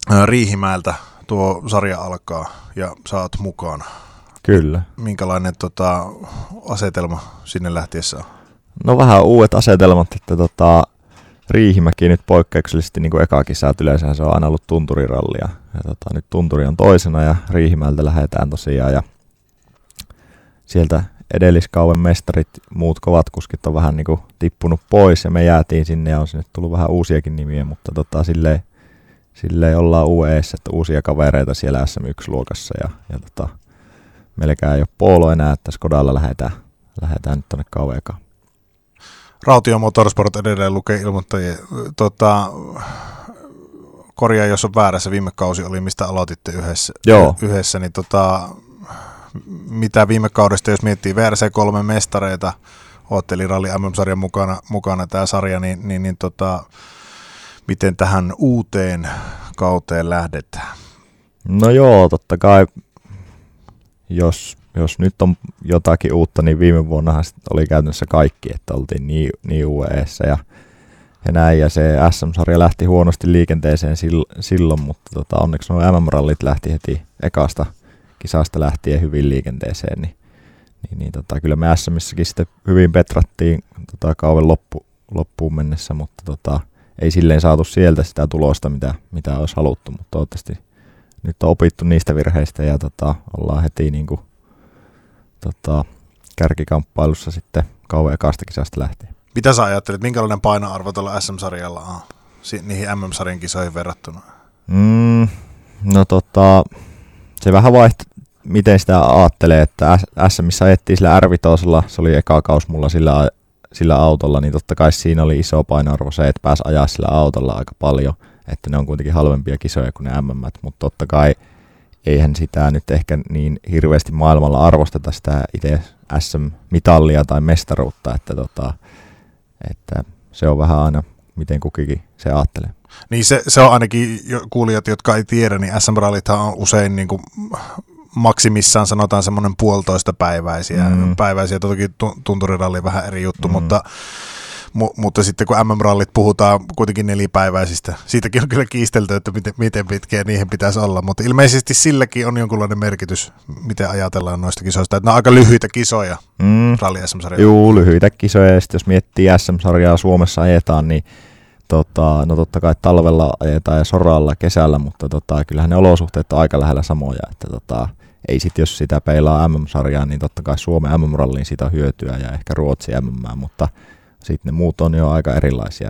Riihimäeltä tuo sarja alkaa ja sä oot mukana. Kyllä. Minkälainen asetelma sinne lähtiessä on? No vähän uudet asetelmat, että Riihimäki nyt poikkeuksellisesti niin kuin eka kisa, yleensä se on aina ollut tunturirallia. Ja nyt tunturi on toisena ja Riihimäeltä lähdetään tosiaan ja sieltä edelliskauden mestarit, muut kovat kuskit on vähän niin kuin tippunut pois ja me jäätiin sinne ja on sinne tullut vähän uusiakin nimiä, mutta silleen ollaan UE:ssä, että uusia kavereita siellä SM1-luokassa ja melkein ei ole Polo enää, että Skodalla lähdetään nyt tuonne KVK:aan. Rautio Motorsport edelleen lukee ilmoittajia. Korjaa, jos on väärässä, viime kausi oli, mistä aloititte yhdessä niin mitä viime kaudesta, jos miettii VRC3 mestareita, ootteli Rally MM-sarjan mukana tämä sarja, niin miten tähän uuteen kauteen lähdetään? No joo, totta kai, jos nyt on jotakin uutta, niin viime vuonnahan oli käytännössä kaikki, että oltiin niin UE:ssä ja näin, ja se SM-sarja lähti huonosti liikenteeseen silloin, mutta onneksi nuo MM-rallit lähti heti ekasta kisasta lähtien hyvin liikenteeseen, niin kyllä me SMissäkin sitten hyvin petrattiin kauden loppuun mennessä, mutta ei silleen saatu sieltä sitä tulosta, mitä olisi haluttu, mutta toivottavasti nyt on opittu niistä virheistä ja ollaan heti niin kuin, kärkikamppailussa sitten kauden ekasta kisasta lähtien. Mitä sä ajattelet, minkälainen painoarvo tuolla SM-sarjalla on niihin MM-sarjan kisoihin verrattuna? Se vähän miten sitä ajattelee, että SMissä ajettiin sillä R-vitosella, se oli eka kaus mulla sillä autolla, niin totta kai siinä oli iso painoarvo se, että pääsi ajaa sillä autolla aika paljon, että ne on kuitenkin halvempia kisoja kuin ne MM, mutta totta kai eihän sitä nyt ehkä niin hirveästi maailmalla arvosteta sitä itse SM-mitallia tai mestaruutta, että se on vähän aina miten kukikin se ajattelee. Niin se on ainakin kuulijat, jotka ei tiedä, niin SM-rallithan on usein niin kuin maksimissaan sanotaan semmoinen 1,5 päiväisiä. Toki tunturiralli vähän eri juttu, mutta sitten kun MM-rallit puhutaan kuitenkin 4-päiväisistä, siitäkin on kyllä kiistelty, että miten pitkiä niihin pitäisi olla, mutta ilmeisesti silläkin on jonkunlainen merkitys, miten ajatellaan noista kisoista, että ne on aika lyhyitä kisoja, ralli SM-sarjaa. Joo, lyhyitä kisoja, ja sitten jos miettii SM-sarjaa Suomessa ajetaan, niin no totta kai talvella ajetaan ja soralla kesällä, mutta kyllähän ne olosuhteet on aika lähellä samoja, että ei sit jos sitä peilaa MM-sarjaa, niin totta kai Suomen MM-ralliin siitä on hyötyä ja ehkä Ruotsi MM, mutta sitten ne muut on jo aika erilaisia.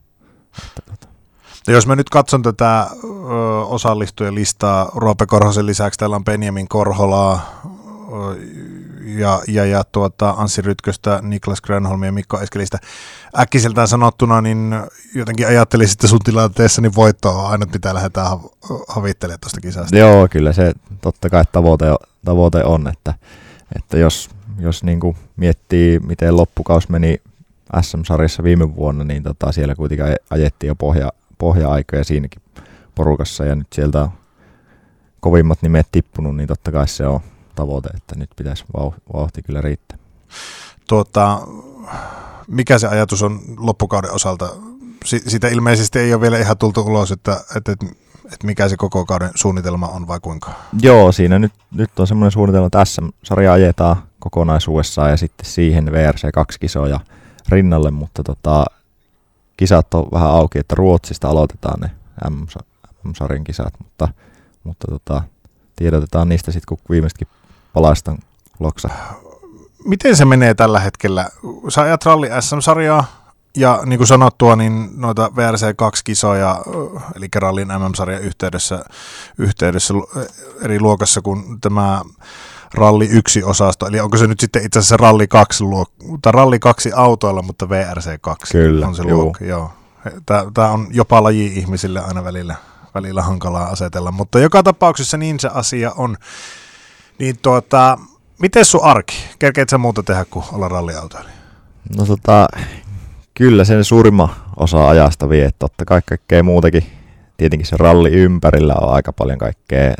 Ja jos mä nyt katson tätä osallistujien listaa, Roope Korhosen lisäksi täällä on Benjamin Korholaa ja Anssi Rytköstä, Niklas Grönholm ja Mikko Eskelistä. Äkkiseltään sanottuna, niin jotenkin ajattelisin, että sun tilanteessa niin voitto on aina, mitä lähdetään havittelemaan tuosta kisasta. Joo, kyllä se totta kai tavoite on, että jos niin kuin miettii, miten loppukaus meni SM-sarjassa viime vuonna, niin siellä kuitenkin ajettiin jo pohja-aikoja siinäkin porukassa, ja nyt sieltä on kovimmat nimet tippunut, niin totta kai se on tavoite, että nyt pitäisi vauhti kyllä riittää. Mikä se ajatus on loppukauden osalta? Sitä ilmeisesti ei ole vielä ihan tultu ulos, että mikä se koko kauden suunnitelma on vai kuinka? Joo, siinä nyt on semmoinen suunnitelma, että SM-sarja ajetaan kokonaisuudessaan ja sitten siihen VRC2-kisoja rinnalle, mutta kisat on vähän auki, että Ruotsista aloitetaan ne M-sarjan kisat, mutta tiedotetaan niistä sitten, kun viimeisetkin palaistaan loksa. Miten se menee tällä hetkellä? Sä ajat ralli SM-sarjaa ja niin kuin sanottua, niin noita VRC2-kisoja, eli rallin MM-sarjan yhteydessä eri luokassa kuin tämä Ralli 1-osasto, eli onko se nyt sitten itse asiassa Ralli 2 tai Ralli 2 autoilla, mutta VRC2 Kyllä, on se luokka. Joo. Tämä on jopa laji-ihmisille aina välillä hankalaa asetella, mutta joka tapauksessa niin se asia on. Niin miten sun arki? Kerkeet sä muuta tehdä kuin olla ralliautoilija? No kyllä sen suurimman osa ajasta vie, että totta kai kaikkea muutakin. Tietenkin se ralli ympärillä on aika paljon kaikkea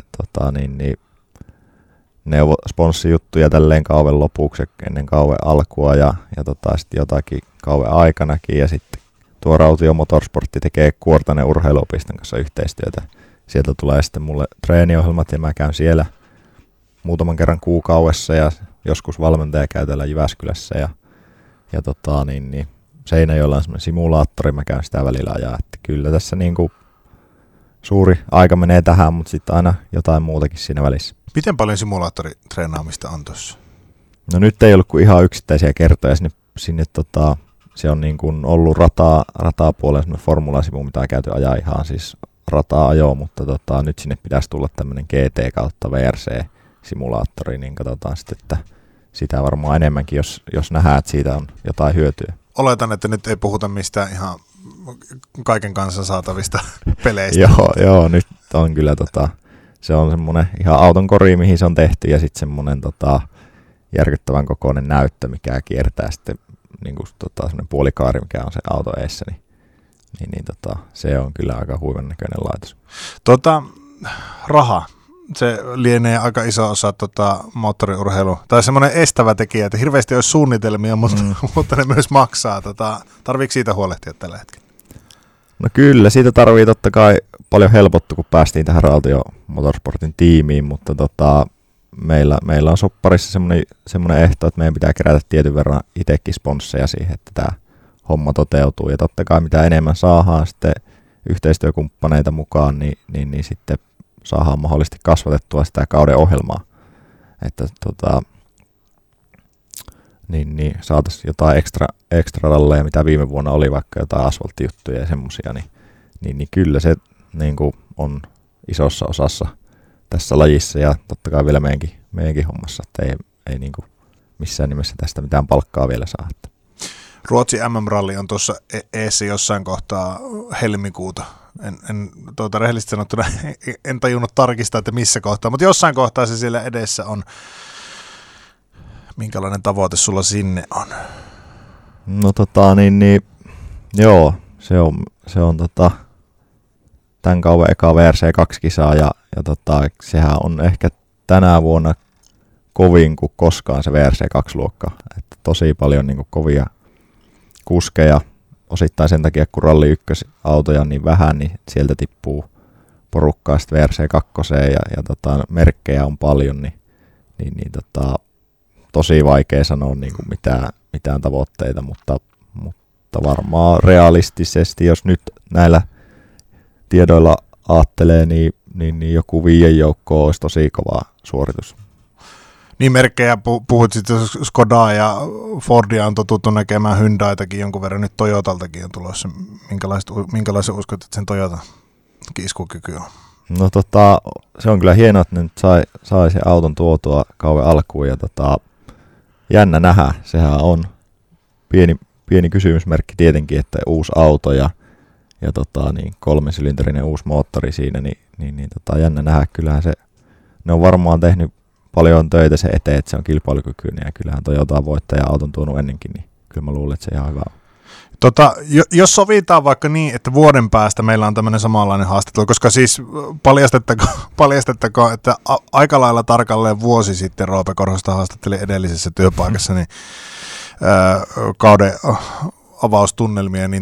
sponssijuttuja tälleen kauden lopuksi ennen kauden alkua ja sitten jotakin kauden aikanakin ja sitten tuo Rautio Motorsportti tekee Kuortanen urheiluopiston kanssa yhteistyötä sieltä tulee sitten mulle treeniohjelmat ja mä käyn siellä muutaman kerran kuukaudessa ja joskus valmentaja käy täällä Jyväskylässä ja Seinäjoella on semmoinen simulaattori, mä käyn sitä välillä ajaa, että kyllä tässä niinku suuri aika menee tähän, mutta sitten aina jotain muutakin siinä välissä. Miten paljon simulaattoritreenaamista on tuossa? No nyt ei ollut kuin ihan yksittäisiä kertoja sinne se on niin kuin ollut rataa puolella semmoinen formulasimu, mitä on käyty ajaa ihan siis rataa ajoa, mutta nyt sinne pitäisi tulla tämmöinen GT kautta VRC-simulaattori, niin katsotaan sitten, että sitä varmaan enemmänkin, jos nähdään, että siitä on jotain hyötyä. Oletan, että nyt ei puhuta mistään ihan kaiken kanssa saatavista peleistä. Joo, nyt on kyllä se on semmoinen ihan auton kori, mihin se on tehty ja sitten semmoinen järkyttävän kokoinen näyttö, mikä kiertää sitten niinku semmoinen puolikaari, mikä on se auto eessä, niin se on kyllä aika huivan näköinen laitos. Raha. Se lienee aika iso osa moottoriurheilua. Tai semmoinen estävä tekijä, että hirveästi olisi suunnitelmia, mutta ne myös maksaa. Tarviiko siitä huolehtia tällä hetkellä? No kyllä, siitä tarvii totta kai paljon helpottua, kun päästiin tähän Rautio Motorsportin tiimiin, mutta meillä on sopparissa semmoinen ehto, että meidän pitää kerätä tietyn verran itsekin sponsseja siihen, että tämä homma toteutuu. Ja totta kai mitä enemmän saadaan sitten yhteistyökumppaneita mukaan, niin sitten saadaan mahdollisesti kasvatettua sitä kauden ohjelmaa. Että saataisiin jotain ekstra ralleja, mitä viime vuonna oli, vaikka jotain asfalttijuttuja ja semmoisia, niin kyllä se niin kuin on isossa osassa tässä lajissa ja totta kai vielä meidänkin hommassa, että ei niin kuin missään nimessä tästä mitään palkkaa vielä saa. Ruotsin MM-ralli on tuossa eessä jossain kohtaa helmikuuta. Rehellisesti sanottuna en tajunnut tarkistaa, että missä kohtaa, mutta jossain kohtaa se siellä edessä on. Minkälainen tavoite sulla sinne on? No joo, se on tämän kauan eka VRC2-kisaa ja sehän on ehkä tänä vuonna kovin kuin koskaan se VRC2-luokka. Että tosi paljon niin kuin kovia kuskeja, osittain sen takia kun ralli 1-autoja on niin vähän, niin sieltä tippuu porukkaa sitten VRC2 ja merkkejä on paljon, niin tosi vaikea sanoa niin kuin mitään tavoitteita, mutta varmaan realistisesti, jos nyt näillä tiedoilla ajattelee, niin joku 5 joukkoa olisi tosi kova suoritus. Niin merkkejä puhut sitten Skodaa ja Fordia on totuttu näkemään, Hyundaitakin jonkun verran, nyt Toyotaltakin on tulossa. Minkälaisen uskot, että sen Toyotan iskukyky on? No se on kyllä hienoa, että ne nyt sai sen auton tuotua kauan alkuun ja jännä nähdä. Sehän on pieni kysymysmerkki tietenkin, että uusi auto ja 3-sylinterinen uusi moottori siinä, niin jännä nähdä. Kyllähän ne on varmaan tehnyt paljon töitä sen eteen, että se on kilpailukykyinen ja kyllähän Toyota on voittaja-auton tuonut ennenkin, niin kyllä mä luulen, että se ihan hyvä on. Jos sovitaan vaikka niin, että vuoden päästä meillä on tämmöinen samanlainen haastattelu, koska siis paljastettakoon, että aika lailla tarkalleen vuosi sitten Roope Korhosta haastattelin edellisessä työpaikassa niin, kauden avaustunnelmia, niin,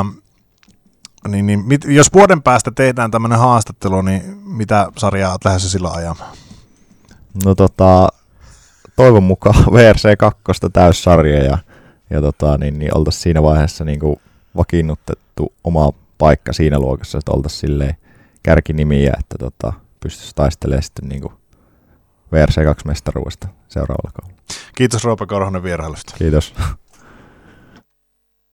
jos vuoden päästä tehdään tämmöinen haastattelu, niin mitä sarjaa olet lähdössä silloin ajamaan? No toivon mukaan VRC2 täyssarja ja oltaisiin siinä vaiheessa niin kuin vakiinnutettu oma paikka siinä luokassa, että oltaisiin silleen kärkinimiä, että pystyisi taistelemaan sitten niin kuin VRC2-mestaruudesta seuraavalla kaudella. Kiitos Roope Korhonen vierailusta. Kiitos.